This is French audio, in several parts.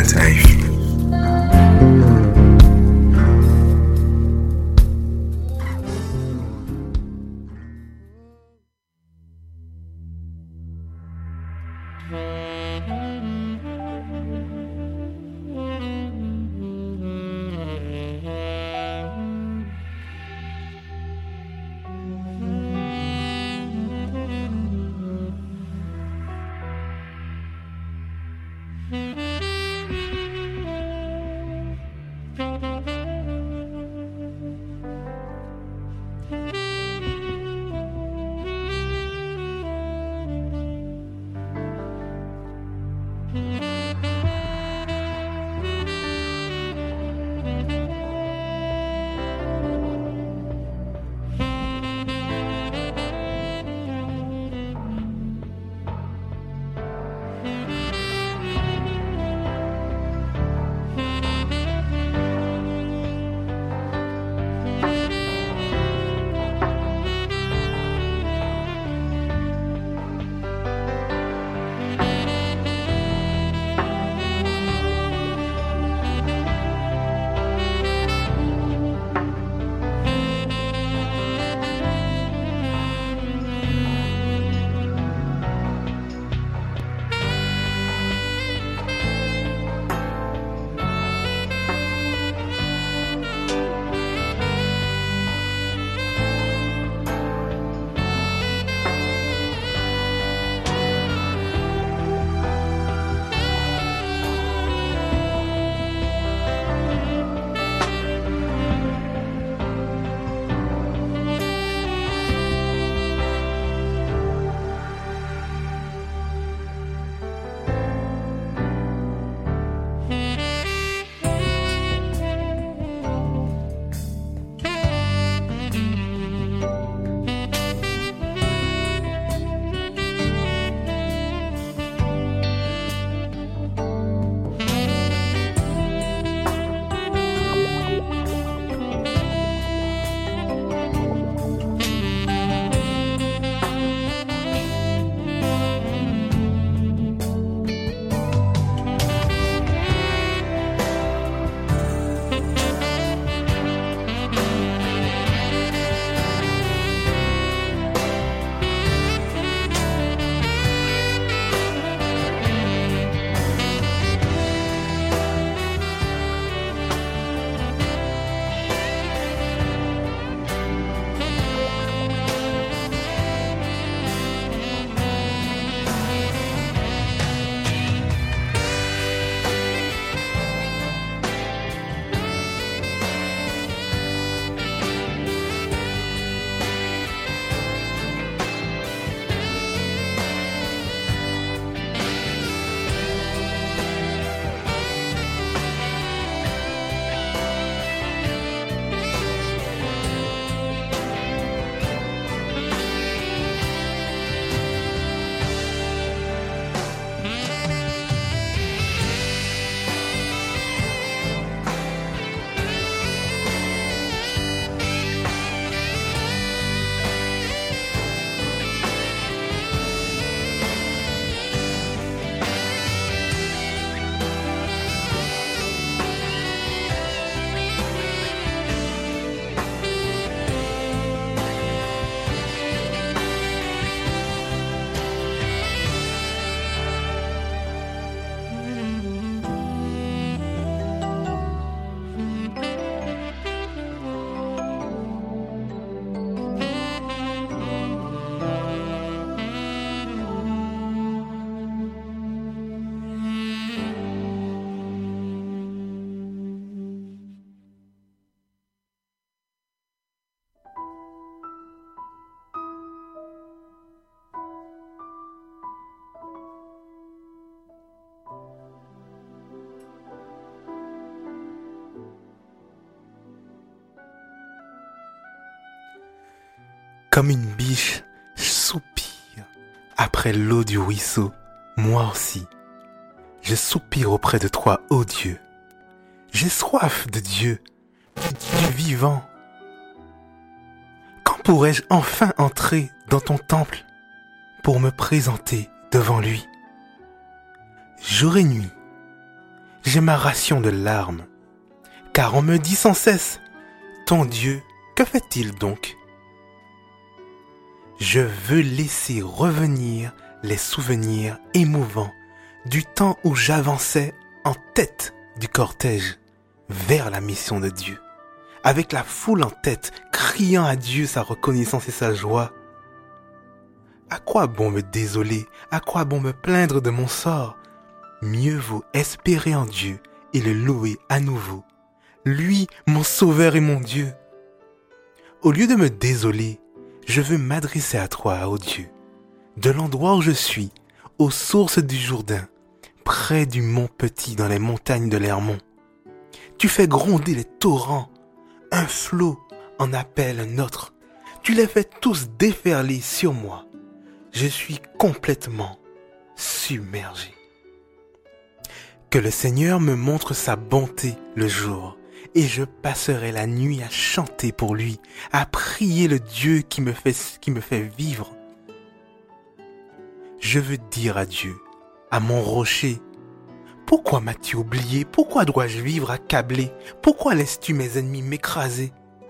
Life. Comme une biche, je soupire après l'eau du ruisseau, moi aussi. Je soupire auprès de toi, ô Dieu. J'ai soif de Dieu, du Dieu vivant. Quand pourrais-je enfin entrer dans ton temple pour me présenter devant lui? Jour et nuit, j'ai ma ration de larmes. Car on me dit sans cesse, ton Dieu, que fait-il donc? Je veux laisser revenir les souvenirs émouvants du temps où j'avançais en tête du cortège vers la mission de Dieu, avec la foule en tête, criant à Dieu sa reconnaissance et sa joie. À quoi bon me désoler? À quoi bon me plaindre de mon sort? Mieux vaut espérer en Dieu et le louer à nouveau. Lui, mon sauveur et mon Dieu. Au lieu de me désoler, je veux m'adresser à toi, ô Dieu, de l'endroit où je suis, aux sources du Jourdain, près du mont Petit dans les montagnes de l'Hermont. Tu fais gronder les torrents, un flot en appelle un autre. Tu les fais tous déferler sur moi. Je suis complètement submergé. Que le Seigneur me montre sa bonté le jour, et je passerai la nuit à chanter pour lui, à prier le Dieu qui me fait vivre. Je veux dire à Dieu, à mon rocher, pourquoi m'as-tu oublié? Pourquoi dois-je vivre accablé? Pourquoi laisses-tu mes ennemis m'écraser?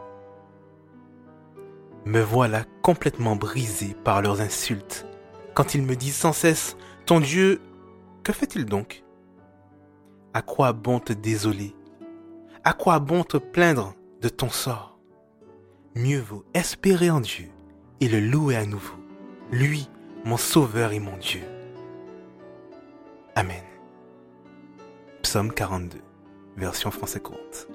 Me voilà complètement brisé par leurs insultes, quand ils me disent sans cesse, ton Dieu, que fait-il donc? À quoi bon te désoler? À quoi bon te plaindre de ton sort? Mieux vaut espérer en Dieu et le louer à nouveau, lui, mon sauveur et mon Dieu. Amen. Psaume 42, version français courte.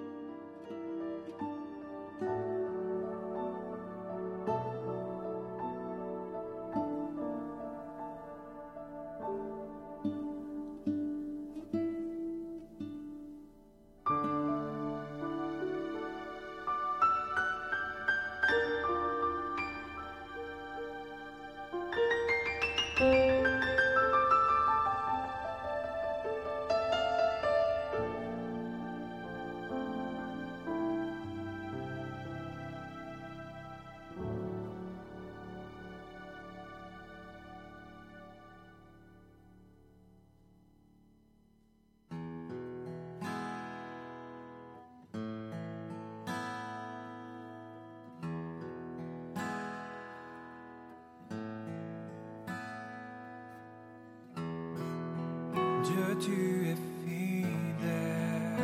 Dieu, tu es fidèle.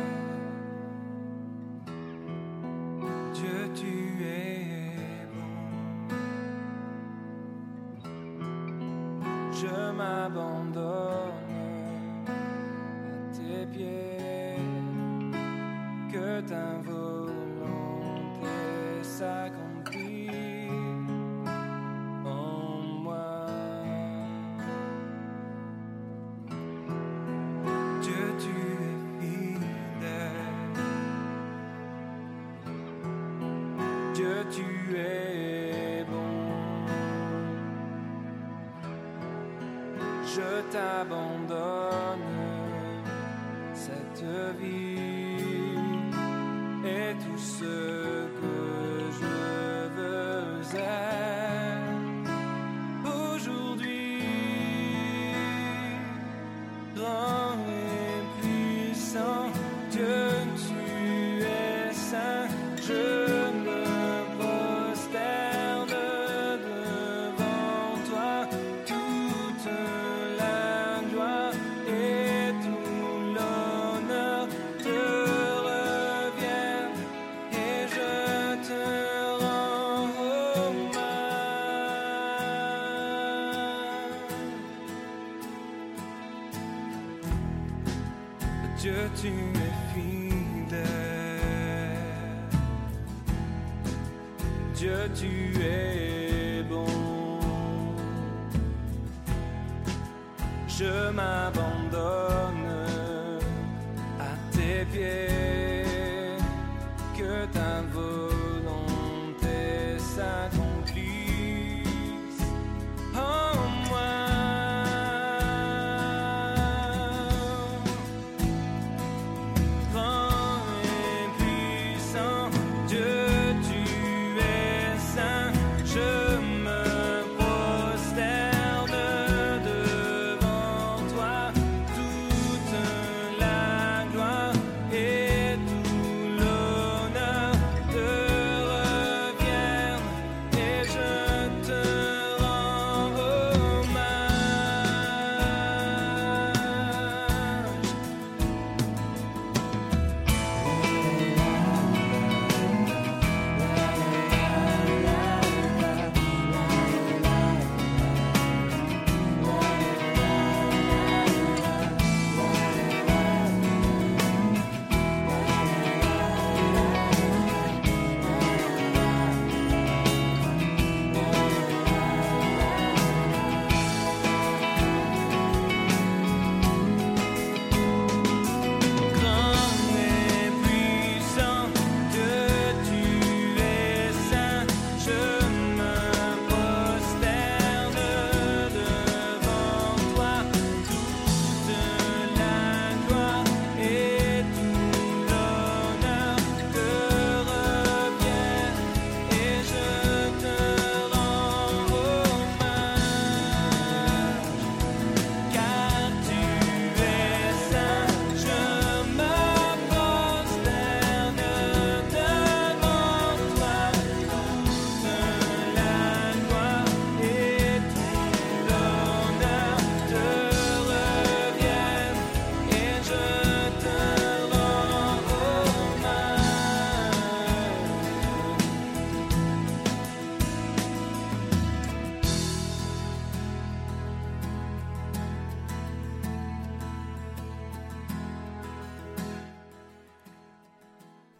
Dieu, tu es bon. Je m'abandonne à tes pieds. Que ta volonté s'accomplisse en moi. Dieu, tu es fidèle. Dieu, tu es bon. Je t'abandonne cette vie et tout ce que je veux être aujourd'hui. Grand et puissant, Dieu, tu es saint. Je me prosterne devant toi. Toute la gloire et tout l'honneur te reviennent et je te rends hommage. Dieu, tu es fidèle. Dieu, tu es bon. Je m'abandonne à tes pieds. Que ta volonté s'accomplisse en moi. Grand et puissant, Dieu, tu es saint. Je me prosterne devant toi. Toute la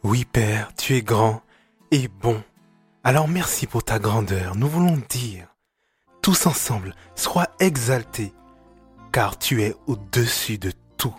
Oui, Père, tu es grand et bon. Alors merci pour ta grandeur. Nous voulons dire, tous ensemble, sois exalté, car tu es au-dessus de tout.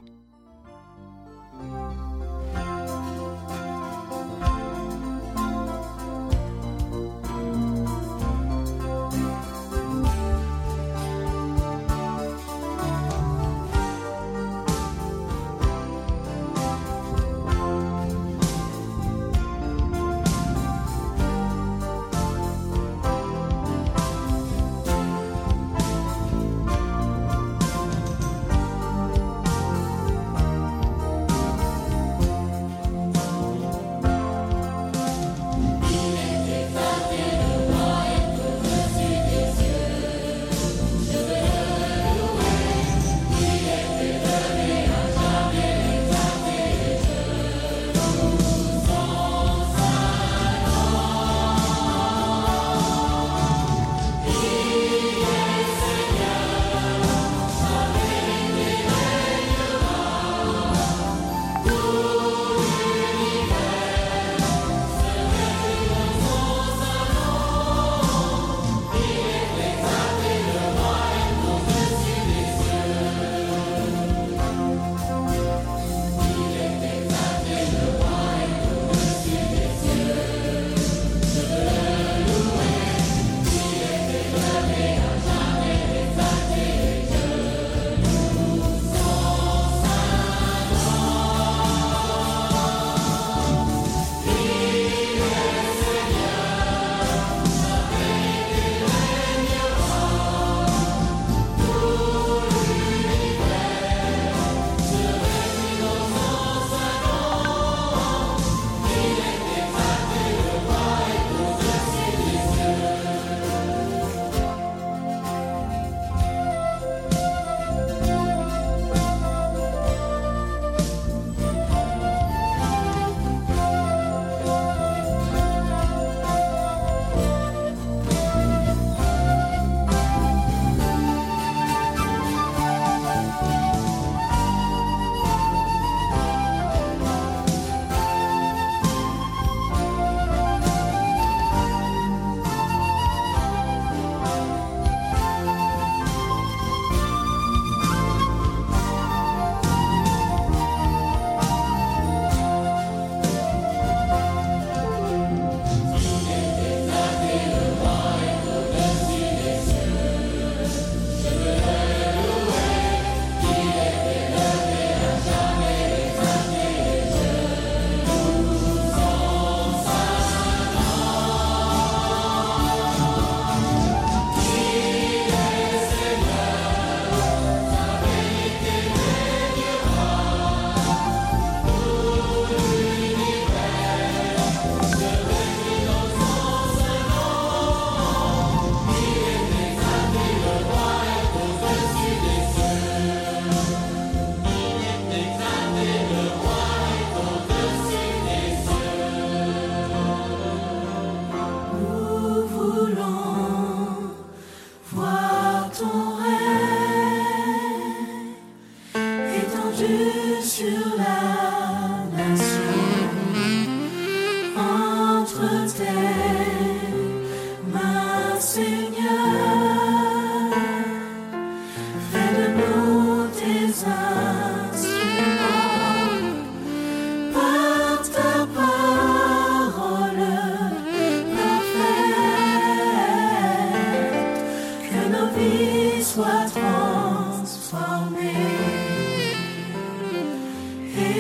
Soit transformée.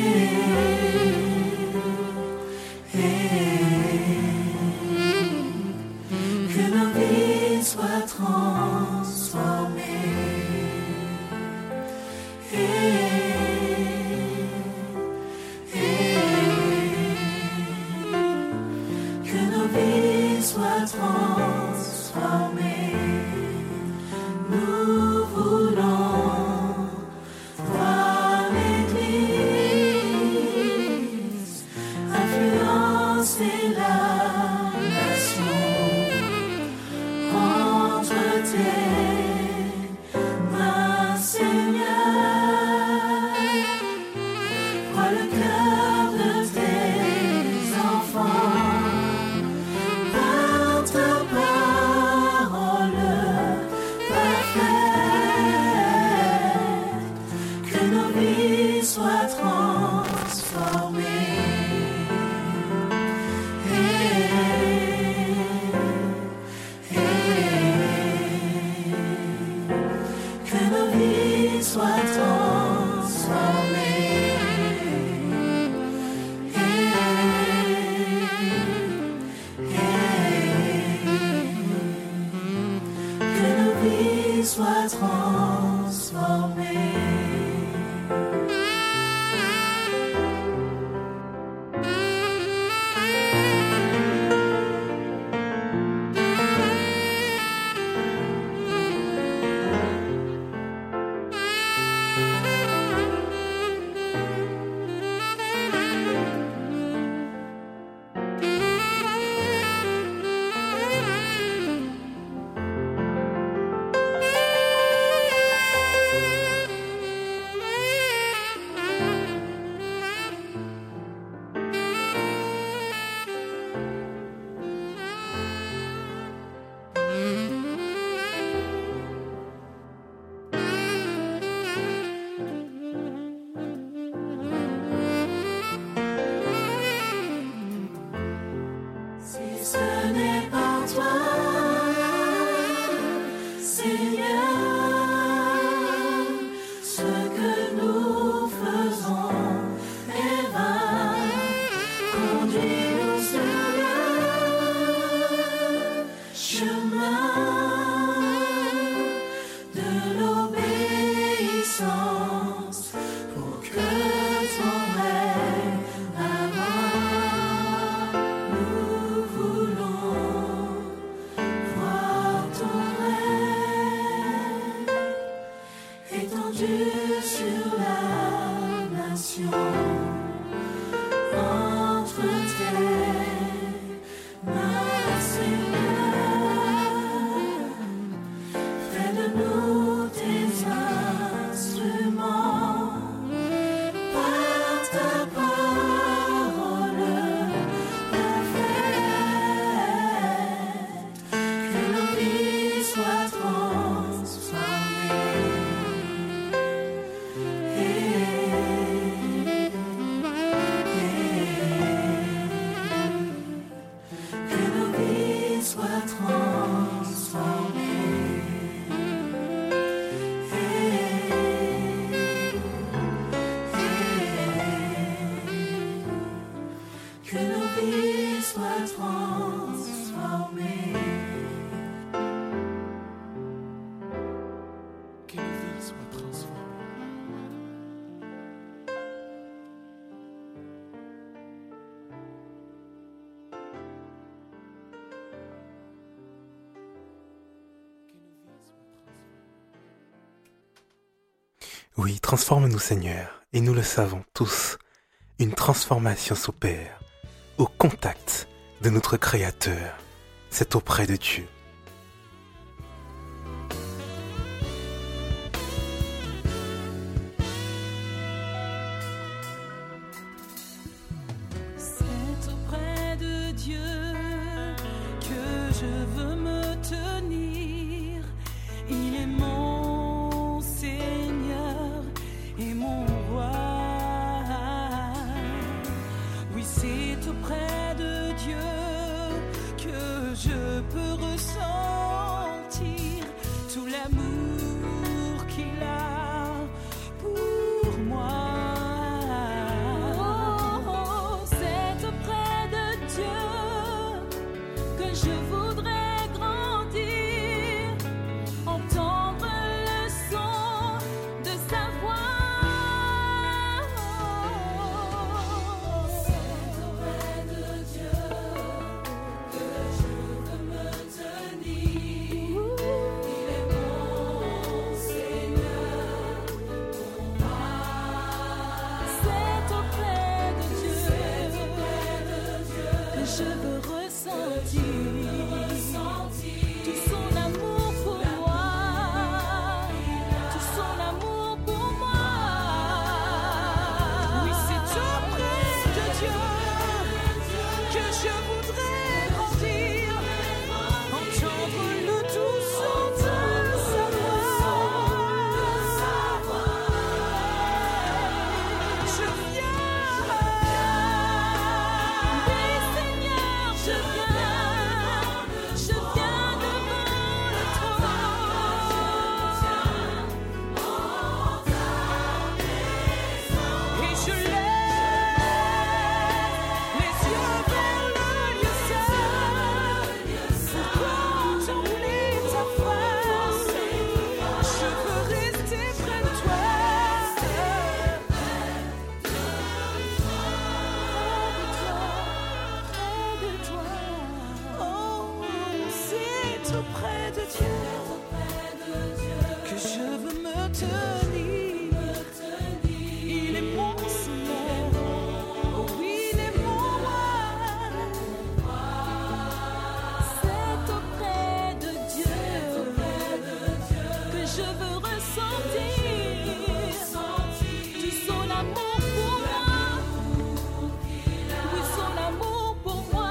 soit transformée. Que nos vies soient transformées. Oui, transforme-nous Seigneur, et nous le savons tous, une transformation s'opère au contact de notre Créateur, c'est auprès de Dieu. C'est auprès de Dieu que je veux me tenir. Il est mon Seigneur et mon roi. Oui, c'est auprès de Dieu que je peux ressentir tout l'amour qu'il a pour moi. Oh, c'est auprès de Dieu que je voudrais grandir. tenir. Il est mon Seigneur, oh oui, il est mon roi. C'est auprès de Dieu que je veux ressentir son amour pour moi. Oui, son amour pour moi.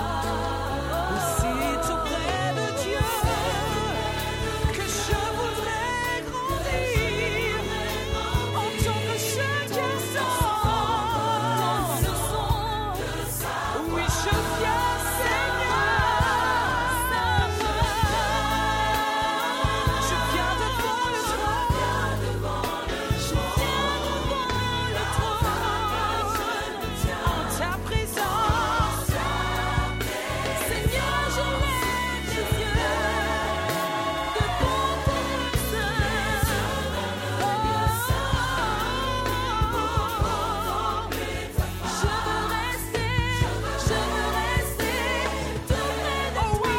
C'est auprès de Dieu que je voudrais grandir en tant que chacun dans le son. Oui, je viens, Seigneur, je viens devant le trône. Je viens devant le trône en ta présence. Seigneur, je lève les yeux devant ton sein. Je veux rester tout près de toi.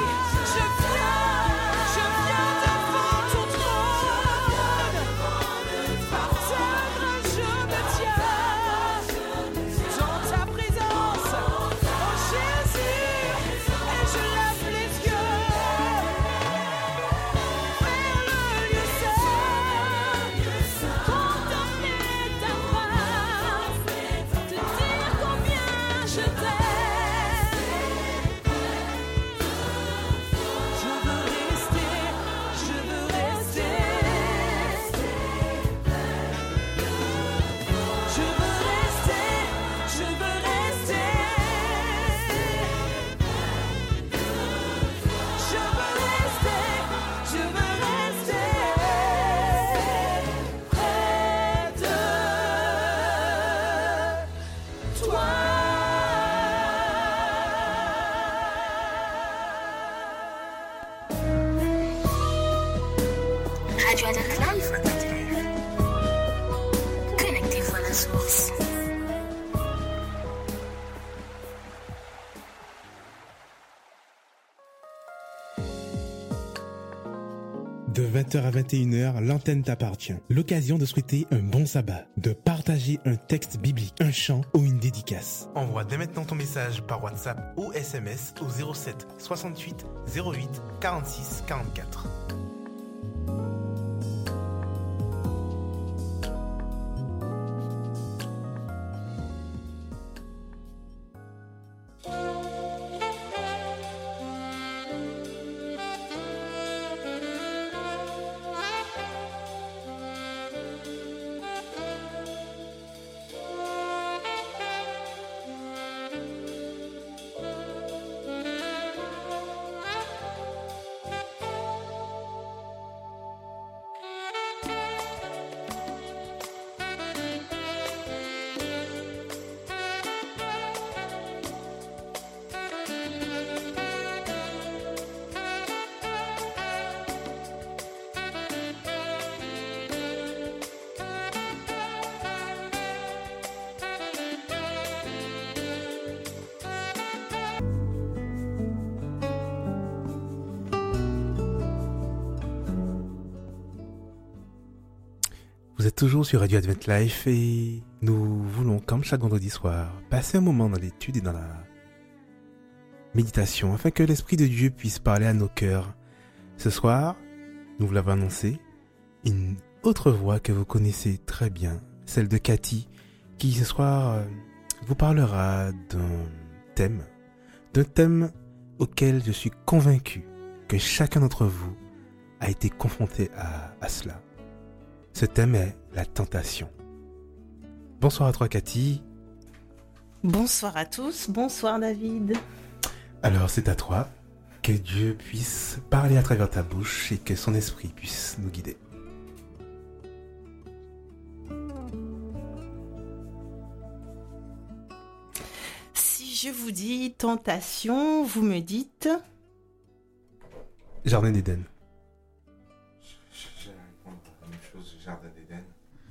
Je viens devant ton trône. Par ta grâce, je me tiens dans ta présence, oh Jésus, et je lève les yeux vers le lieu saint, contempler ta face, te dire combien je t'aime. Je veux rester, je veux rester. Je veux rester, je veux rester. Je veux rester près de toi. Radio Advent Live. Connectez-vous à la source. De 20h à 21h, l'antenne t'appartient. L'occasion de souhaiter un bon sabbat, de partager un texte biblique, un chant ou une dédicace. Envoie dès maintenant ton message par WhatsApp ou SMS au 07 68 08 46 44. Vous êtes toujours sur Radio Advent Life et nous voulons, comme chaque vendredi soir, passer un moment dans l'étude et dans la méditation afin que l'Esprit de Dieu puisse parler à nos cœurs. Ce soir, nous vous l'avons annoncé, une autre voix que vous connaissez très bien, celle de Cathy, qui ce soir vous parlera d'un thème auquel je suis convaincu que chacun d'entre vous a été confronté à cela. Ce thème est la tentation. Bonsoir à toi Cathy. Bonsoir à tous, bonsoir David. Alors c'est à toi, que Dieu puisse parler à travers ta bouche et que son esprit puisse nous guider. Si je vous dis tentation, vous me dites... Jardin d'Éden. Je vais répondre à la même chose, Jardin d'Éden.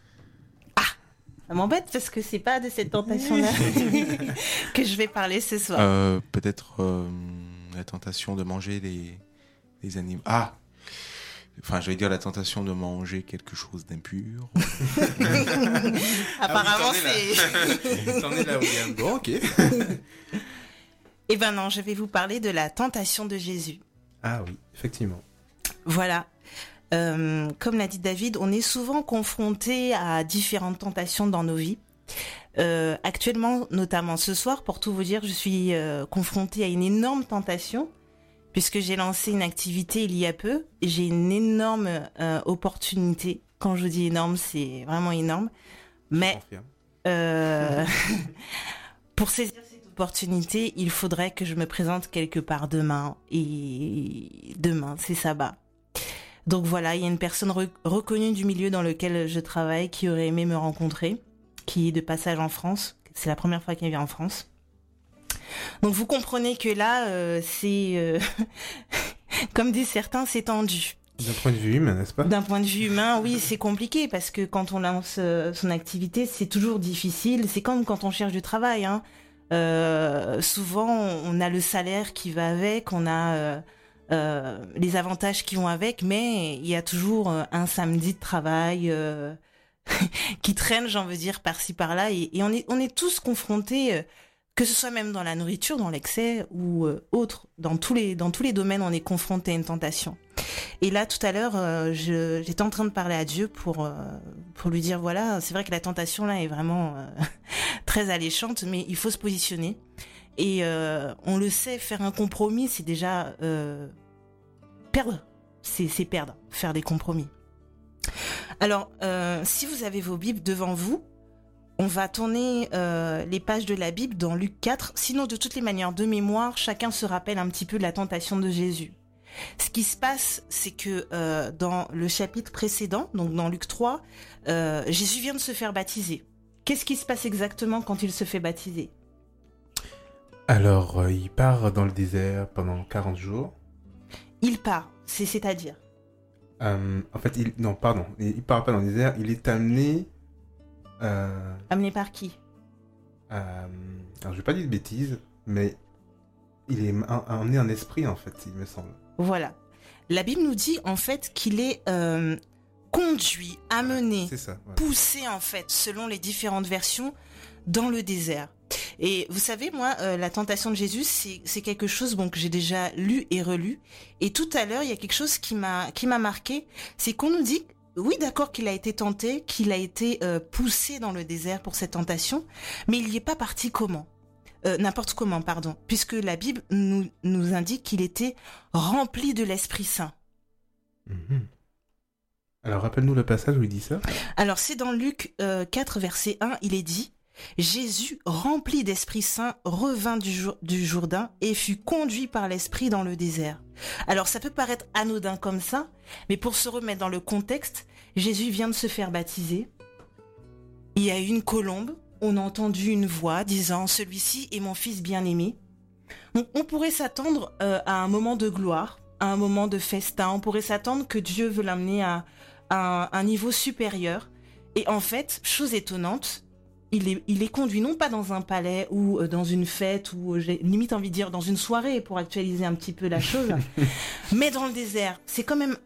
Ça m'embête parce que c'est pas de cette tentation-là que je vais parler ce soir. Peut-être la tentation de manger les animaux. Ah, Enfin, j'allais dire la tentation de manger quelque chose d'impur. Apparemment, t'en es c'est... T'en es là, William. Bon, ok. Eh ben non, je vais vous parler de la tentation de Jésus. Ah oui, effectivement. Voilà. Comme l'a dit David, on est souvent confronté à différentes tentations dans nos vies. Actuellement, notamment ce soir, pour tout vous dire, je suis confrontée à une énorme tentation puisque j'ai lancé une activité il y a peu. J'ai une énorme opportunité. Quand je dis énorme, c'est vraiment énorme. Mais Confirme. pour saisir cette opportunité, il faudrait que je me présente quelque part demain. Et demain, c'est sabbat. Donc voilà, il y a une personne reconnue du milieu dans lequel je travaille qui aurait aimé me rencontrer, qui est de passage en France. C'est la première fois qu'elle vient en France. Donc vous comprenez que là, c'est... comme disent certains, c'est tendu. D'un point de vue humain, n'est-ce pas? D'un point de vue humain, oui, c'est compliqué parce que quand on lance son activité, c'est toujours difficile. C'est comme quand on cherche du travail, hein. Souvent, on a le salaire qui va avec, on a les avantages qui vont avec, mais il y a toujours un samedi de travail qui traîne, j'en veux dire, par-ci par-là, et on est tous confrontés, que ce soit même dans la nourriture, dans l'excès ou autre, dans tous les domaines, on est confronté à une tentation. Et là, tout à l'heure, j'étais en train de parler à Dieu pour lui dire, voilà, c'est vrai que la tentation là est vraiment très alléchante, mais il faut se positionner. Et on le sait, faire un compromis, c'est déjà perdre. C'est perdre, faire des compromis. Alors, si vous avez vos Bibles devant vous, on va tourner les pages de la Bible dans Luc 4. Sinon, de toutes les manières, de mémoire, chacun se rappelle un petit peu de la tentation de Jésus. Ce qui se passe, c'est que dans le chapitre précédent, donc dans Luc 3, Jésus vient de se faire baptiser. Qu'est-ce qui se passe exactement quand il se fait baptiser ? Alors, il part dans le désert pendant 40 jours. Il part, c'est-à-dire ? En fait, il part pas dans le désert, il est amené... Amené par qui ? Alors, je vais pas dire de bêtises, mais il est emmené en esprit, en fait, il me semble. Voilà. La Bible nous dit, en fait, qu'il est conduit, amené, C'est ça, voilà. poussé, en fait, selon les différentes versions, dans le désert. Et vous savez, moi, la tentation de Jésus, c'est quelque chose que j'ai déjà lu et relu. Et tout à l'heure, il y a quelque chose qui m'a marqué, c'est qu'on nous dit, oui, d'accord, qu'il a été tenté, qu'il a été poussé dans le désert pour cette tentation, mais il n'y est pas parti comment ? N'importe comment, pardon, puisque la Bible nous indique qu'il était rempli de l'Esprit Saint. Mhm. Alors, rappelle-nous le passage où il dit ça. Alors, c'est dans Luc 4, verset 1, il est dit « Jésus, rempli d'Esprit Saint, revint du Jourdain et fut conduit par l'Esprit dans le désert. » Alors, ça peut paraître anodin comme ça, mais pour se remettre dans le contexte, Jésus vient de se faire baptiser. Il y a eu une colombe, on a entendu une voix disant « Celui-ci est mon fils bien-aimé ». Donc, on pourrait s'attendre à un moment de gloire, à un moment de festin. On pourrait s'attendre que Dieu veut l'amener à un niveau supérieur. Et en fait, chose étonnante, il est conduit non pas dans un palais ou dans une fête ou j'ai limite envie de dire dans une soirée pour actualiser un petit peu la chose, mais dans le désert. C'est quand même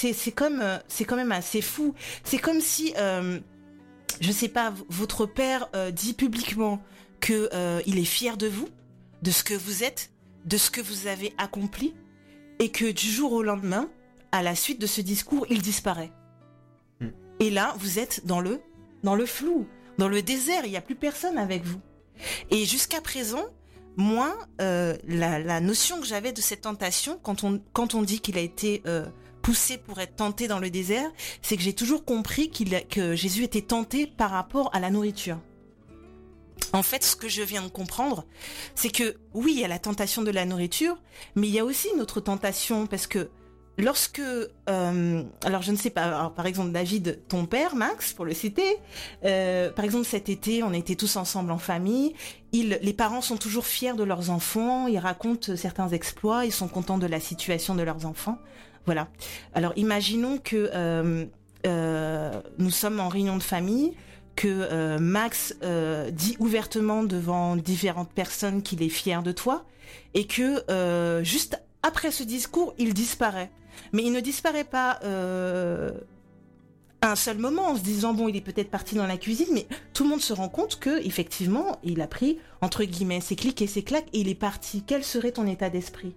assez fou. C'est comme si je sais pas, votre père dit publiquement que il est fier de vous, de ce que vous êtes, de ce que vous avez accompli, et que du jour au lendemain, à la suite de ce discours, il disparaît. Et là, vous êtes dans le flou, dans le désert, il n'y a plus personne avec vous. Et jusqu'à présent, moi, la notion que j'avais de cette tentation, quand on dit qu'il a été poussé pour être tenté dans le désert, c'est que j'ai toujours compris que Jésus était tenté par rapport à la nourriture. En fait, ce que je viens de comprendre, c'est que oui, il y a la tentation de la nourriture, mais il y a aussi une autre tentation, parce que lorsque, alors je ne sais pas, alors, par exemple David, ton père, Max, pour le citer, par exemple cet été, on était tous ensemble en famille, les parents sont toujours fiers de leurs enfants, ils racontent certains exploits, ils sont contents de la situation de leurs enfants, voilà. Alors imaginons que nous sommes en réunion de famille, que Max dit ouvertement devant différentes personnes qu'il est fier de toi, et que juste après ce discours, il disparaît. Mais il ne disparaît pas à un seul moment en se disant bon, il est peut-être parti dans la cuisine, mais tout le monde se rend compte que effectivement, il a pris entre guillemets ses clics et ses claques et il est parti. Quel serait ton état d'esprit?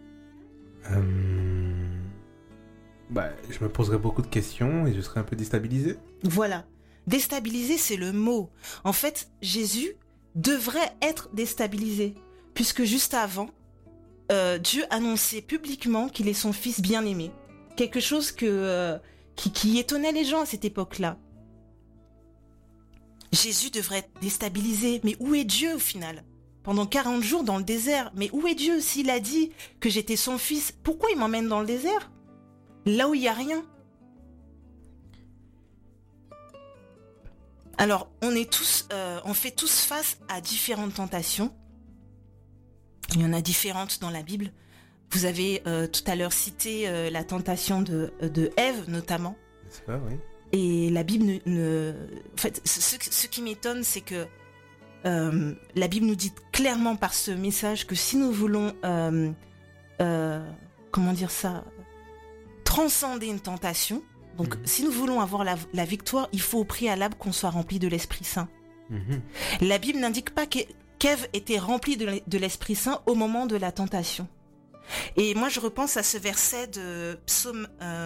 Je me poserais beaucoup de questions et je serais un peu déstabilisé. Voilà. Déstabilisé, c'est le mot. En fait, Jésus devrait être déstabilisé, puisque juste avant, Dieu annonçait publiquement qu'il est son fils bien-aimé. Quelque chose qui étonnait les gens à cette époque-là. Jésus devrait être déstabilisé. Mais où est Dieu au final? Pendant 40 jours dans le désert. Mais où est Dieu? S'il a dit que j'étais son fils, pourquoi il m'emmène dans le désert? Là où il n'y a rien. Alors, on fait tous face à différentes tentations. Il y en a différentes dans la Bible. Vous avez tout à l'heure cité la tentation de Ève, notamment. N'est-ce pas, oui. Et la Bible En fait, ce qui m'étonne, c'est que la Bible nous dit clairement par ce message que si nous voulons... comment dire ça? Transcender une tentation. Donc, si nous voulons avoir la victoire, il faut au préalable qu'on soit rempli de l'Esprit Saint. La Bible n'indique pas qu'Ève était remplie de l'Esprit Saint au moment de la tentation. Et moi, je repense à ce verset de Psaume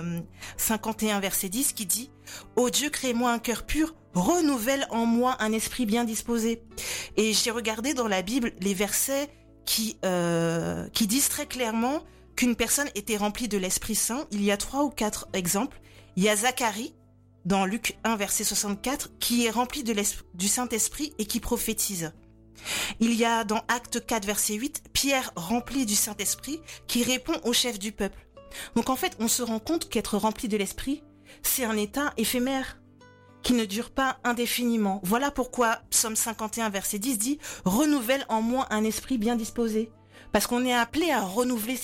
51, verset 10, qui dit « Ô Dieu, crée-moi un cœur pur, renouvelle en moi un esprit bien disposé. » Et j'ai regardé dans la Bible les versets qui disent très clairement qu'une personne était remplie de l'Esprit Saint. Il y a 3 ou 4 exemples. Il y a Zacharie, dans Luc 1, verset 64, qui est rempli du Saint-Esprit et qui prophétise. Il y a dans Actes 4, verset 8, Pierre rempli du Saint-Esprit qui répond au chef du peuple. Donc en fait, on se rend compte qu'être rempli de l'Esprit, c'est un état éphémère qui ne dure pas indéfiniment. Voilà pourquoi Psaume 51, verset 10 dit « Renouvelle en moi un esprit bien disposé ». Parce qu'on est appelé à renouveler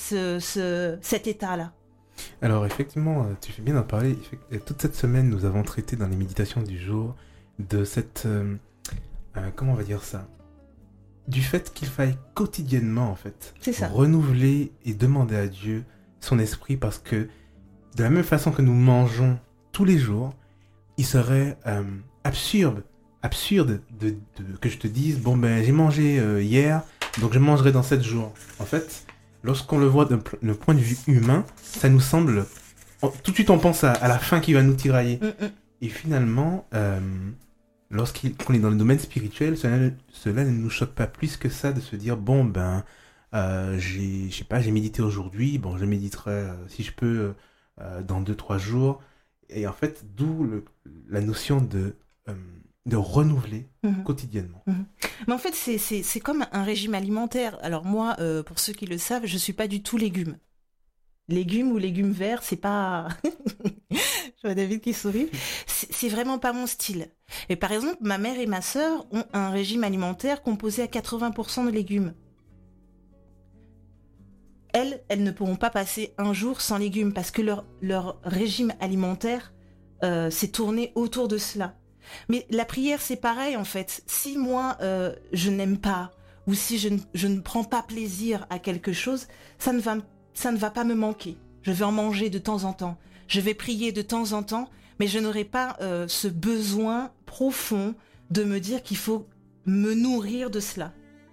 cet état-là. Alors effectivement, tu fais bien d'en parler. Toute cette semaine, nous avons traité dans les méditations du jour de cette... comment on va dire ça? Du fait qu'il faille quotidiennement, en fait, renouveler et demander à Dieu son esprit, parce que de la même façon que nous mangeons tous les jours, il serait absurde que je te dise, bon ben j'ai mangé hier, donc je mangerai dans 7 jours. En fait, lorsqu'on le voit d'un point de vue humain, ça nous semble... tout de suite on pense à la faim qui va nous tirailler. Et finalement... Lorsqu'on est dans le domaine spirituel, cela ne nous choque pas plus que ça de se dire bon ben j'ai médité aujourd'hui, bon je méditerai si je peux dans 2-3 jours, et en fait d'où la notion de renouveler quotidiennement. Mais en fait c'est comme un régime alimentaire. Alors moi pour ceux qui le savent, je suis pas du tout légumes. Légumes ou légumes verts, c'est pas... Je vois David qui sourit. C'est vraiment pas mon style. Et par exemple, ma mère et ma sœur ont un régime alimentaire composé à 80% de légumes. Elles ne pourront pas passer un jour sans légumes parce que leur régime alimentaire s'est tourné autour de cela. Mais la prière, c'est pareil en fait. Si moi, je n'aime pas, ou si je ne prends pas plaisir à quelque chose, ça ne va pas me manquer. Je vais en manger de temps en temps. Je vais prier de temps en temps, mais je n'aurai pas ce besoin profond de me dire qu'il faut me nourrir de cela.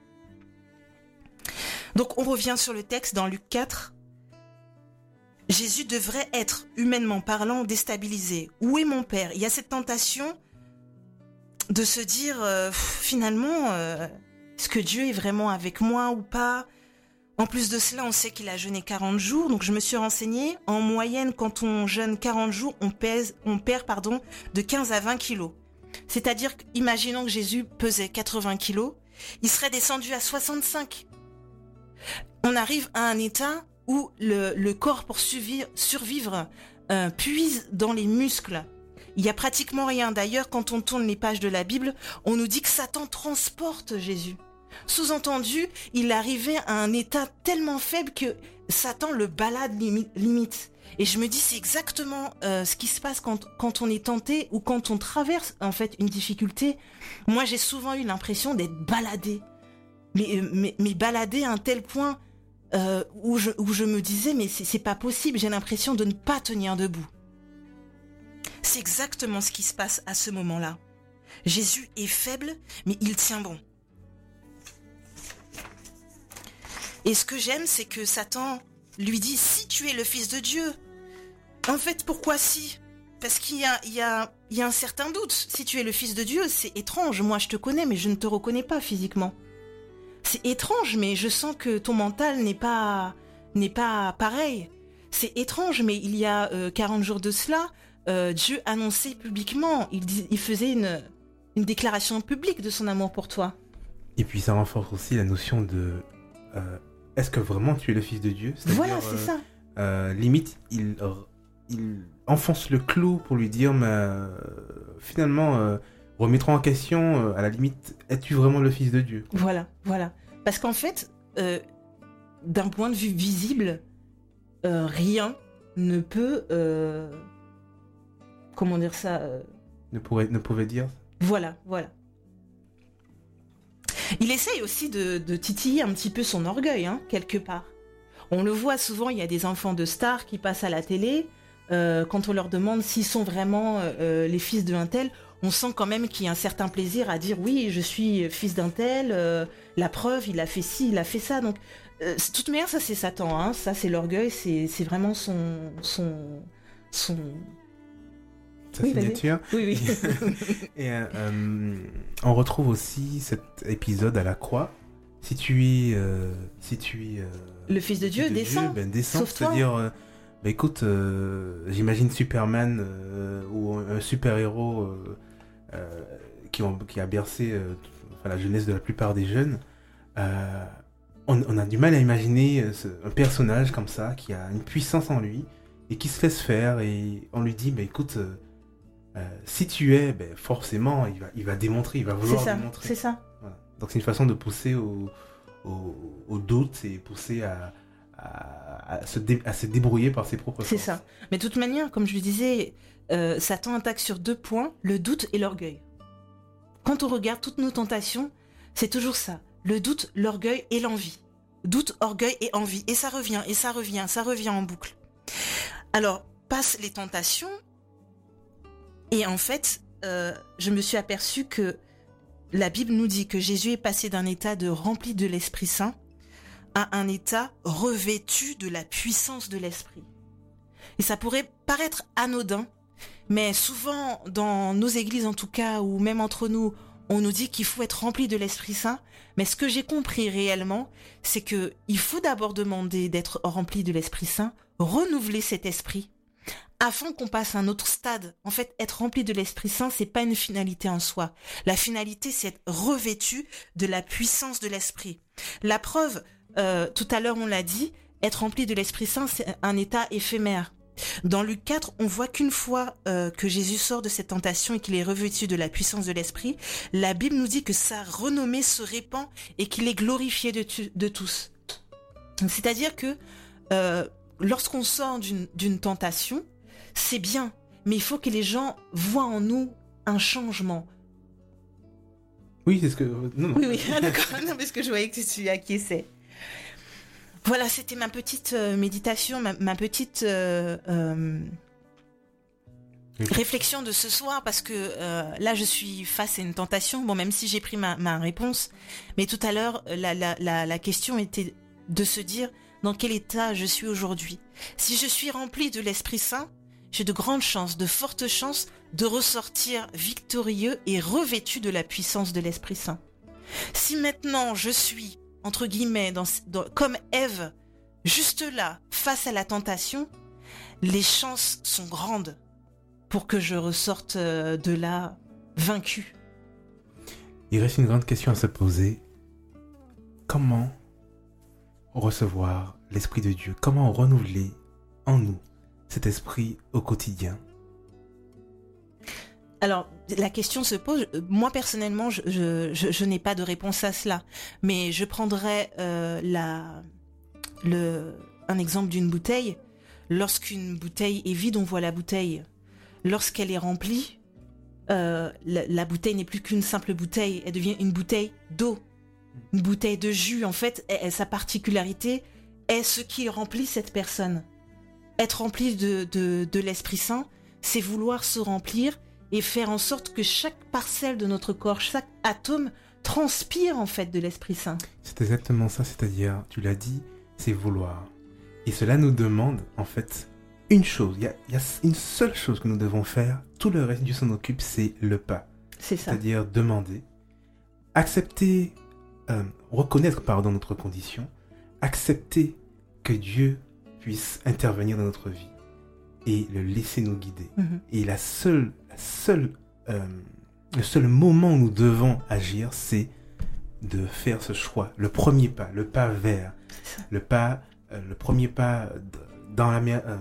Donc on revient sur le texte dans Luc 4. Jésus devrait être, humainement parlant, déstabilisé. Où est mon Père? Il y a cette tentation de se dire, finalement, est-ce que Dieu est vraiment avec moi ou pas? En plus de cela, on sait qu'il a jeûné 40 jours, donc je me suis renseignée. En moyenne, quand on jeûne 40 jours, on perd de 15 à 20 kilos. C'est-à-dire, imaginons que Jésus pesait 80 kilos, il serait descendu à 65. On arrive à un état où le corps, pour survivre, puise dans les muscles. Il n'y a pratiquement rien. D'ailleurs, quand on tourne les pages de la Bible, on nous dit que Satan transporte Jésus. Sous-entendu, il arrivait à un état tellement faible que Satan le balade limite. Et je me dis, c'est exactement ce qui se passe quand on est tenté ou quand on traverse en fait une difficulté. Moi, j'ai souvent eu l'impression d'être baladé. Mais baladé à un tel point, où je me disais, mais c'est pas possible, j'ai l'impression de ne pas tenir debout. C'est exactement ce qui se passe à ce moment-là. Jésus est faible, mais il tient bon. Et ce que j'aime, c'est que Satan lui dit, si tu es le Fils de Dieu. En fait, pourquoi si ? Parce qu'il y a un certain doute. Si tu es le Fils de Dieu, c'est étrange. Moi, je te connais, mais je ne te reconnais pas physiquement. C'est étrange, mais je sens que ton mental n'est pas pareil. C'est étrange, mais il y a 40 jours de cela, Dieu annonçait publiquement, il faisait une déclaration publique de son amour pour toi. Et puis ça renforce aussi la notion de est-ce que vraiment tu es le Fils de Dieu ? C'est-à-dire, Voilà, c'est ça. Limite, il enfonce le clou pour lui dire, mais finalement, remettrons en question, à la limite, es-tu vraiment le Fils de Dieu ? Voilà. Parce qu'en fait, d'un point de vue visible, rien ne peut... comment dire ça Ne pouvait dire. Voilà. Il essaye aussi de titiller un petit peu son orgueil, hein, quelque part. On le voit souvent, il y a des enfants de stars qui passent à la télé. Quand on leur demande s'ils sont vraiment les fils d'un tel, on sent quand même qu'il y a un certain plaisir à dire oui, je suis fils d'un tel, la preuve, il a fait ci, il a fait ça. Donc, de toute manière, ça c'est Satan, hein, ça c'est l'orgueil, c'est vraiment son... Sa Oui, vas-y. signature. Oui. Et on retrouve aussi cet épisode à la croix. Si tu es Le Fils de Dieu, descend. Descends. Sauve-toi. C'est-à-dire, écoute, j'imagine Superman ou un super-héros qui a bercé la jeunesse de la plupart des jeunes. On a du mal à imaginer un personnage comme ça qui a une puissance en lui et qui se laisse faire, et on lui dit, écoute, si tu es, forcément, il va démontrer, il va vouloir démontrer. C'est ça. Voilà. Donc c'est une façon de pousser au doute et pousser à se débrouiller par ses propres C'est forces. ça. Mais de toute manière, comme je le disais, Satan attaque sur 2 points, le doute et l'orgueil. Quand on regarde toutes nos tentations, c'est toujours ça. Le doute, l'orgueil et l'envie. Doute, orgueil et envie. Et ça revient en boucle. Alors, passent les tentations, et en fait, je me suis aperçue que la Bible nous dit que Jésus est passé d'un état de rempli de l'Esprit Saint à un état revêtu de la puissance de l'Esprit. Et ça pourrait paraître anodin, mais souvent dans nos églises en tout cas, ou même entre nous, on nous dit qu'il faut être rempli de l'Esprit Saint, mais ce que j'ai compris réellement, c'est que il faut d'abord demander d'être rempli de l'Esprit Saint, renouveler cet esprit, afin qu'on passe à un autre stade. En fait, être rempli de l'Esprit Saint, c'est pas une finalité en soi. La finalité, c'est être revêtu de la puissance de l'Esprit. La preuve, tout à l'heure on l'a dit, être rempli de l'Esprit Saint, c'est un état éphémère. Dans Luc 4, on voit qu'une fois que Jésus sort de cette tentation et qu'il est revêtu de la puissance de l'Esprit, la Bible nous dit que sa renommée se répand et qu'il est glorifié de tous. C'est-à-dire que lorsqu'on sort d'une tentation, c'est bien, mais il faut que les gens voient en nous un changement. Oui, c'est ce que... Non. Oui, d'accord, non, parce que je voyais que tu acquiesçais. Voilà, c'était ma petite méditation, ma petite réflexion de ce soir, parce que là, je suis face à une tentation, bon, même si j'ai pris ma réponse, mais tout à l'heure, la question était de se dire dans quel état je suis aujourd'hui. Si je suis rempli de l'Esprit Saint, j'ai de grandes chances, de fortes chances de ressortir victorieux et revêtu de la puissance de l'Esprit Saint. Si maintenant je suis, entre guillemets, comme Ève, juste là, face à la tentation, les chances sont grandes pour que je ressorte de là vaincu. Il reste une grande question à se poser. Comment recevoir l'Esprit de Dieu? Comment renouveler en nous cet esprit au quotidien? Alors, la question se pose. Moi, personnellement, je n'ai pas de réponse à cela. Mais je prendrais un exemple d'une bouteille. Lorsqu'une bouteille est vide, on voit la bouteille. Lorsqu'elle est remplie, la bouteille n'est plus qu'une simple bouteille. Elle devient une bouteille d'eau. Une bouteille de jus, en fait, sa particularité, est ce qui remplit cette personne. Être rempli de l'Esprit Saint, c'est vouloir se remplir et faire en sorte que chaque parcelle de notre corps, chaque atome transpire en fait de l'Esprit Saint. C'est exactement ça, c'est-à-dire, tu l'as dit, c'est vouloir. Et cela nous demande, en fait, une chose. Il y a une seule chose que nous devons faire. Tout le reste, Dieu s'en occupe, c'est le pas. C'est ça. C'est-à-dire demander, accepter, reconnaître, notre condition, accepter que Dieu puisse intervenir dans notre vie et le laisser nous guider. Et le seul moment où nous devons agir, c'est de faire ce choix, le premier pas, le pas vers, le premier pas dans la mer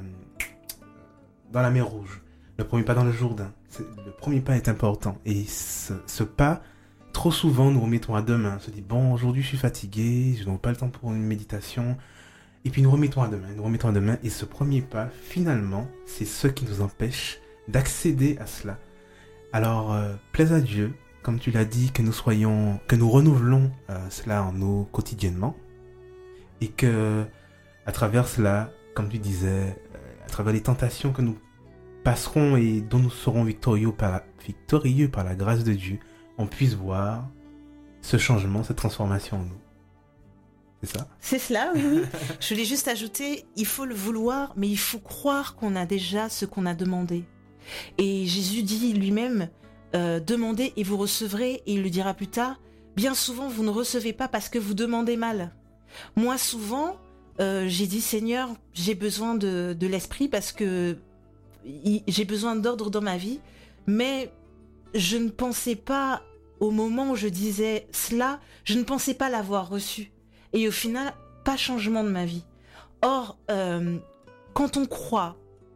Rouge, le premier pas dans le Jourdain. Le premier pas est important. Et ce pas, trop souvent, nous remettons à demain. On se dit, bon, aujourd'hui, je suis fatigué, je n'ai pas le temps pour une méditation. Et puis, nous remettons à demain. Et ce premier pas, finalement, c'est ce qui nous empêche d'accéder à cela. Alors, plaise à Dieu, comme tu l'as dit, que nous renouvelons cela en nous quotidiennement. Et que, à travers cela, comme tu disais, à travers les tentations que nous passerons et dont nous serons victorieux par la grâce de Dieu, on puisse voir ce changement, cette transformation en nous. C'est ça ? C'est cela, oui. Je voulais juste ajouter, il faut le vouloir, mais il faut croire qu'on a déjà ce qu'on a demandé. Et Jésus dit lui-même, demandez et vous recevrez, et il le dira plus tard, bien souvent vous ne recevez pas parce que vous demandez mal. Moi souvent, j'ai dit Seigneur, j'ai besoin de l'esprit parce que j'ai besoin d'ordre dans ma vie, mais je ne pensais pas, au moment où je disais cela, je ne pensais pas l'avoir reçu. Et au final, pas changement de ma vie. Or, quand on croit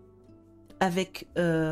avec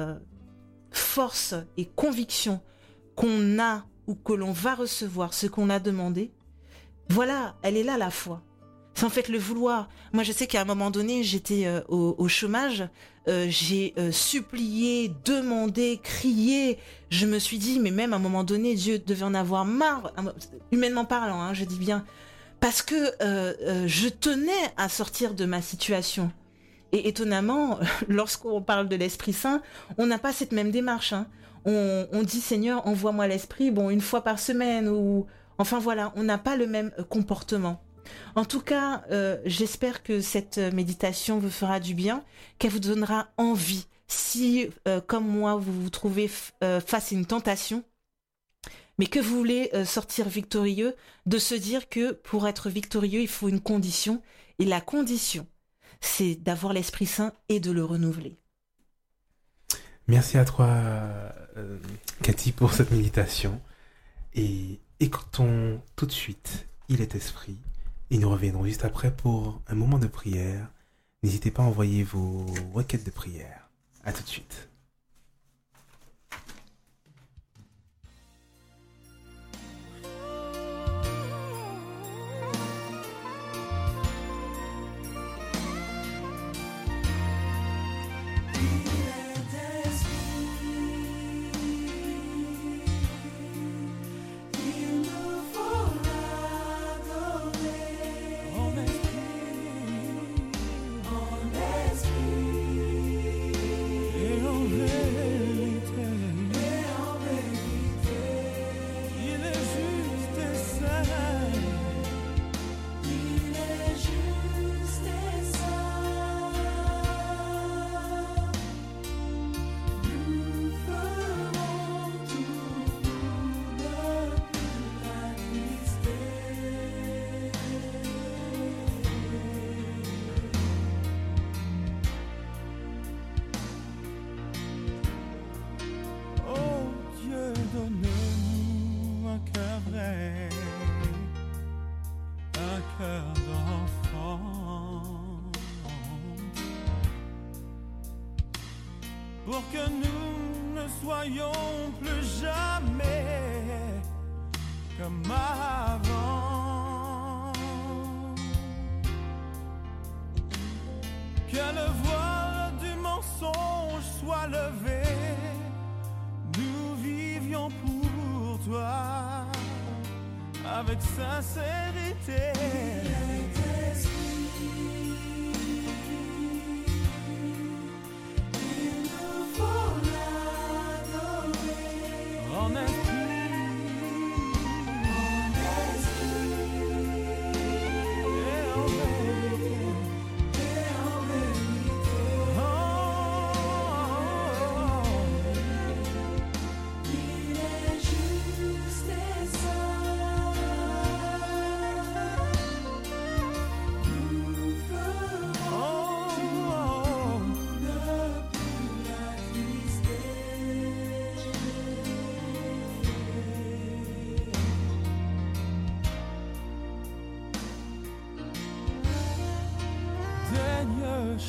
force et conviction qu'on a ou que l'on va recevoir ce qu'on a demandé, voilà, elle est là la foi. C'est en fait le vouloir. Moi, je sais qu'à un moment donné, j'étais au chômage. J'ai supplié, demandé, crié. Je me suis dit, mais même à un moment donné, Dieu devait en avoir marre, humainement parlant, je dis bien, parce que je tenais à sortir de ma situation. Et étonnamment, lorsqu'on parle de l'Esprit Saint, on n'a pas cette même démarche. On dit, Seigneur, envoie-moi l'Esprit, une fois par semaine, ou... Enfin voilà, on n'a pas le même comportement. En tout cas, j'espère que cette méditation vous fera du bien, qu'elle vous donnera envie. Si, comme moi, vous vous trouvez face à une tentation, mais que vous voulez sortir victorieux, de se dire que pour être victorieux, il faut une condition. Et la condition, c'est d'avoir l'Esprit Saint et de le renouveler. Merci à toi, Cathy, pour cette méditation. Et écoutons tout de suite Il est Esprit. Et nous reviendrons juste après pour un moment de prière. N'hésitez pas à envoyer vos requêtes de prière. À tout de suite. Donne-nous un cœur vrai, un cœur d'enfant, pour que nous ne soyons plus jamais comme avant. Que le voile du mensonge soit levé, nous vivions pour toi avec sincérité. Il est Esprit.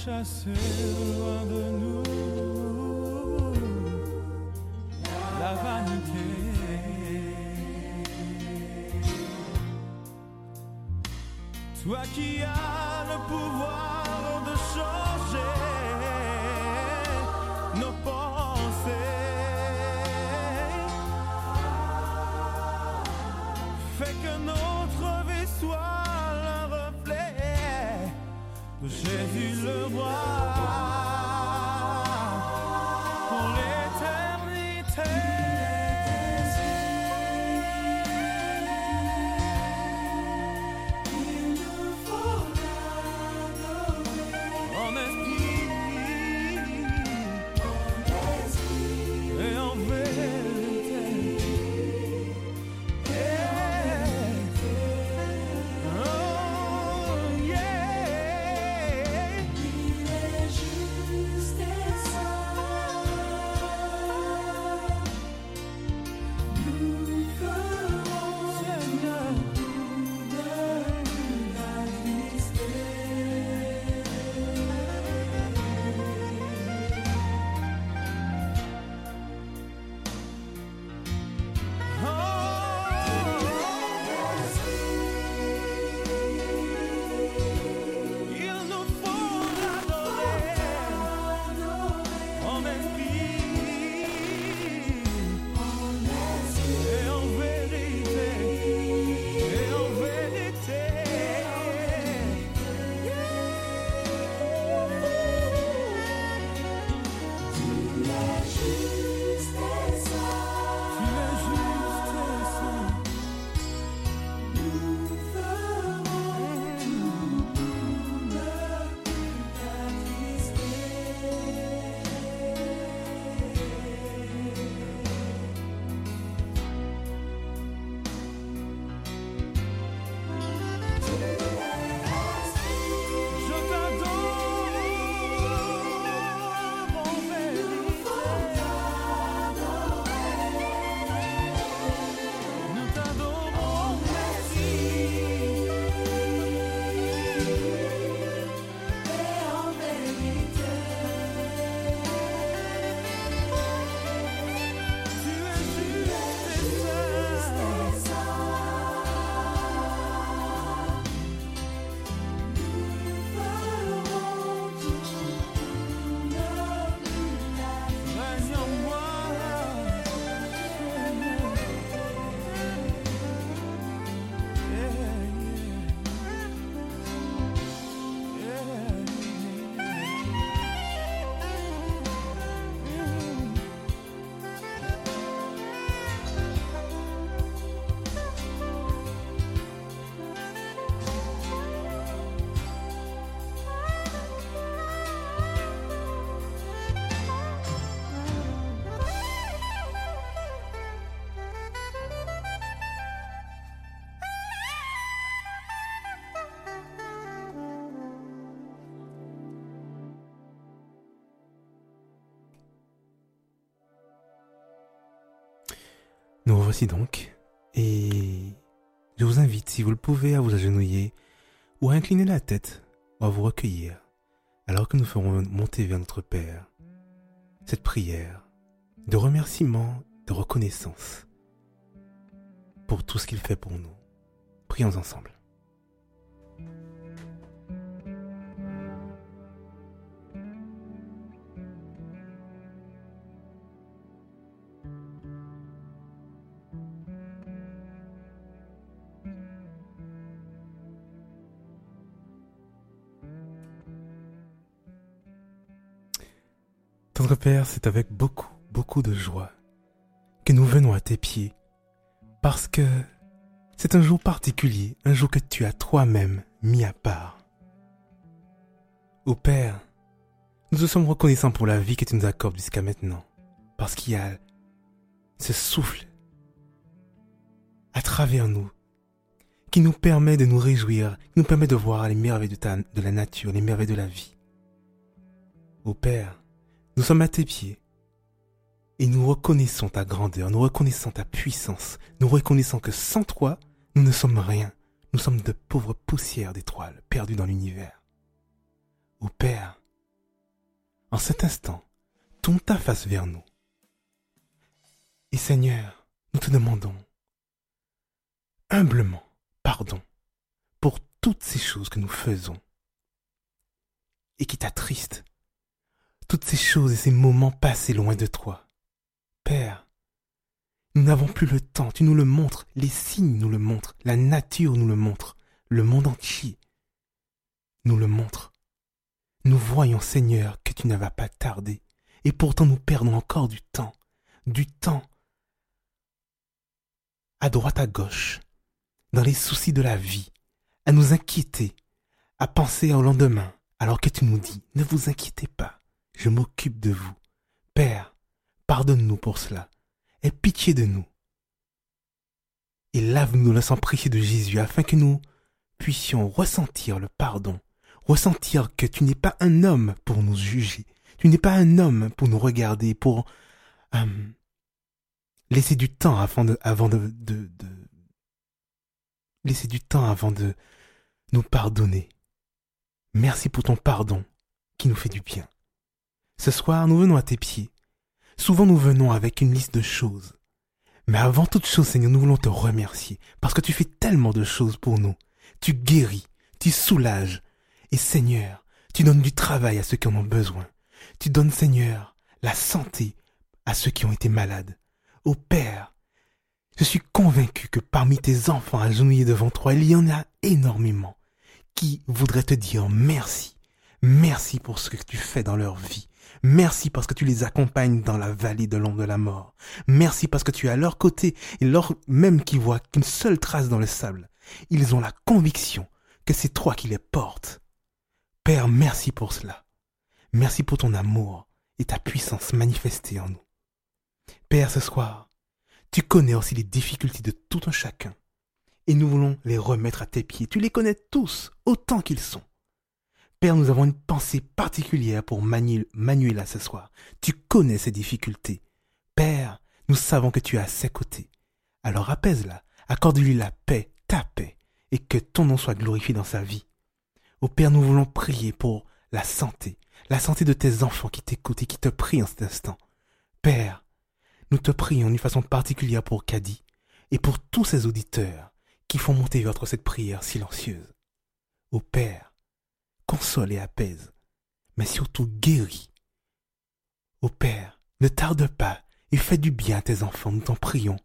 chasser loin de nous la vanité. Toi qui as le pouvoir de changer nos pensées, fais que notre vie soit le reflet de Jésus le roi pour l'éternité. En esprit et en vérité. Oh yeah. Il est juste et saint. Nous ferons Seigneur, de l'attrister. il nous faut l'adorer en esprit et en vérité, et en vérité. Il est juste et saint. Tu es juste et saint. Nous ferons tout pour ne plus t'attrister. Je t'adore en vérité. Nous t'adorons, merci. Et en vérité, Tu es juste et saint. ferons tout pour ne plus t'attrister. Règne en moi, Seigneur. Nous revoici donc, et je vous invite, si vous le pouvez, à vous agenouiller, ou à incliner la tête, ou à vous recueillir, alors que nous ferons monter vers notre Père cette prière de remerciement, de reconnaissance pour tout ce qu'il fait pour nous. Prions ensemble. Tendre Père, c'est avec beaucoup, beaucoup de joie que nous venons à tes pieds, parce que c'est un jour particulier, un jour que tu as toi-même mis à part. Ô Père, nous te sommes reconnaissants pour la vie que tu nous accordes jusqu'à maintenant, parce qu'il y a ce souffle à travers nous qui nous permet de nous réjouir, qui nous permet de voir les merveilles de la nature, les merveilles de la vie. Ô Père, nous sommes à tes pieds et nous reconnaissons ta grandeur, nous reconnaissons ta puissance, nous reconnaissons que sans toi, nous ne sommes rien. Nous sommes de pauvres poussières d'étoiles perdues dans l'univers. Ô Père, en cet instant, tourne ta face vers nous. Et Seigneur, nous te demandons humblement pardon pour toutes ces choses que nous faisons et qui t'attristent, toutes ces choses et ces moments passés loin de toi. Père, nous n'avons plus le temps, tu nous le montres, les signes nous le montrent, la nature nous le montre, le monde entier nous le montre. Nous voyons, Seigneur, que tu ne vas pas tarder, et pourtant nous perdons encore du temps à droite à gauche, dans les soucis de la vie, à nous inquiéter, à penser au lendemain, alors que tu nous dis, ne vous inquiétez pas, je m'occupe de vous. Père, pardonne-nous pour cela, aie pitié de nous, et lave-nous le sang précieux de Jésus, afin que nous puissions ressentir le pardon, ressentir que tu n'es pas un homme pour nous juger, tu n'es pas un homme pour nous regarder, pour laisser du temps avant laisser du temps avant de nous pardonner. Merci pour ton pardon qui nous fait du bien. Ce soir, nous venons à tes pieds. Souvent, nous venons avec une liste de choses. Mais avant toute chose, Seigneur, nous voulons te remercier parce que tu fais tellement de choses pour nous. Tu guéris, tu soulages. Et Seigneur, tu donnes du travail à ceux qui en ont besoin. Tu donnes, Seigneur, la santé à ceux qui ont été malades. Ô Père, je suis convaincu que parmi tes enfants agenouillés devant toi, il y en a énormément qui voudraient te dire merci. Merci pour ce que tu fais dans leur vie. Merci parce que tu les accompagnes dans la vallée de l'ombre de la mort. Merci parce que tu es à leur côté et lors même qu'ils voient qu'une seule trace dans le sable, ils ont la conviction que c'est toi qui les portes. Père, merci pour cela. Merci pour ton amour et ta puissance manifestée en nous. Père, ce soir, tu connais aussi les difficultés de tout un chacun et nous voulons les remettre à tes pieds. Tu les connais tous, autant qu'ils sont. Père, nous avons une pensée particulière pour Manuela ce soir. Tu connais ses difficultés. Père, nous savons que tu es à ses côtés. Alors apaise-la, accorde-lui la paix, ta paix, et que ton nom soit glorifié dans sa vie. Ô Père, nous voulons prier pour la santé de tes enfants qui t'écoutent et qui te prient en cet instant. Père, nous te prions d'une façon particulière pour Kadi et pour tous ces auditeurs qui font monter votre cette prière silencieuse. Ô Père, console et apaise, mais surtout guéris. Ô Père, ne tarde pas et fais du bien à tes enfants, nous t'en prions.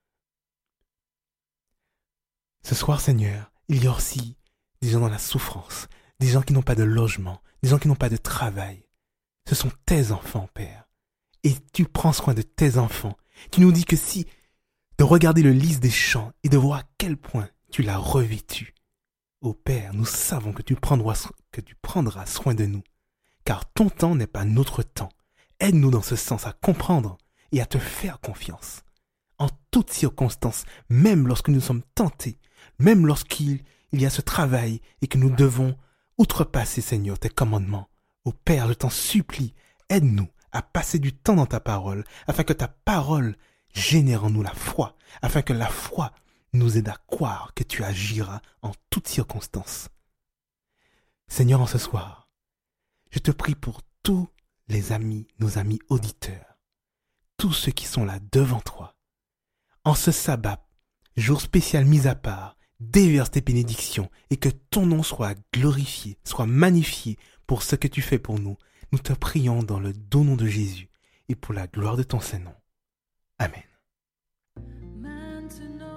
Ce soir, Seigneur, il y a aussi des gens dans la souffrance, des gens qui n'ont pas de logement, des gens qui n'ont pas de travail. Ce sont tes enfants, Père. Et tu prends soin de tes enfants. Tu nous dis que si de regarder le lys des champs et de voir à quel point tu l'as revêtu. Ô Père, nous savons que tu prendras soin de nous, car ton temps n'est pas notre temps. Aide-nous dans ce sens à comprendre et à te faire confiance. En toutes circonstances, même lorsque nous sommes tentés, même lorsqu'il y a ce travail et que nous devons outrepasser, Seigneur, tes commandements. Ô Père, je t'en supplie, aide-nous à passer du temps dans ta parole, afin que ta parole génère en nous la foi, afin que la foi nous aide à croire que tu agiras en toutes circonstances. Seigneur, en ce soir, je te prie pour tous les amis, nos amis auditeurs, tous ceux qui sont là devant toi. En ce sabbat, jour spécial mis à part, déverse tes bénédictions et que ton nom soit glorifié, soit magnifié pour ce que tu fais pour nous. Nous te prions dans le doux nom de Jésus et pour la gloire de ton Saint-Nom. Amen. Maintenant,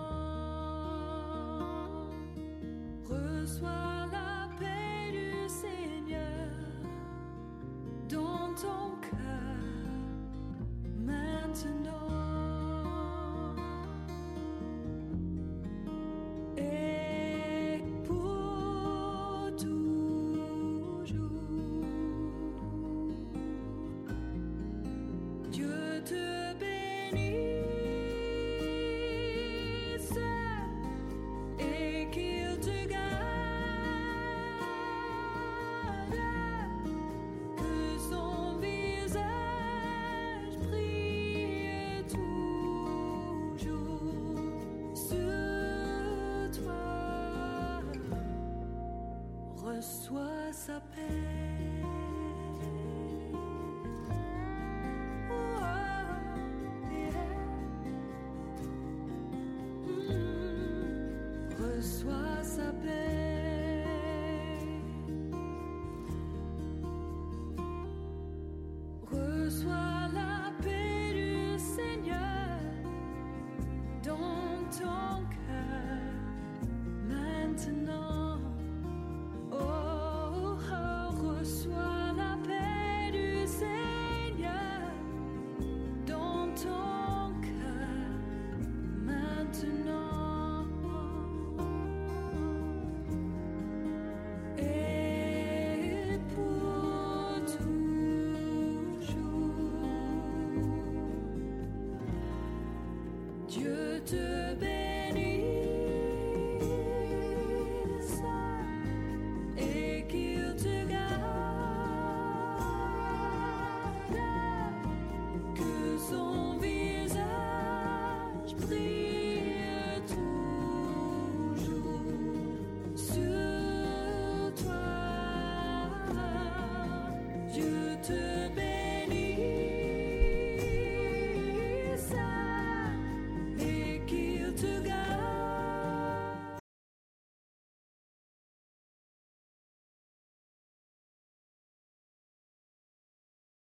reçois la paix du Seigneur dans ton cœur. Maintenant, et pour toujours. Dieu te bénisse et qu'il te garde, que son visage brille toujours sur toi. Reçois sa paix. reçois sa paix. Reçois la paix du Seigneur dans ton cœur maintenant. Oh, reçois la paix du Seigneur dans ton cœur maintenant. Et pour toujours, Dieu te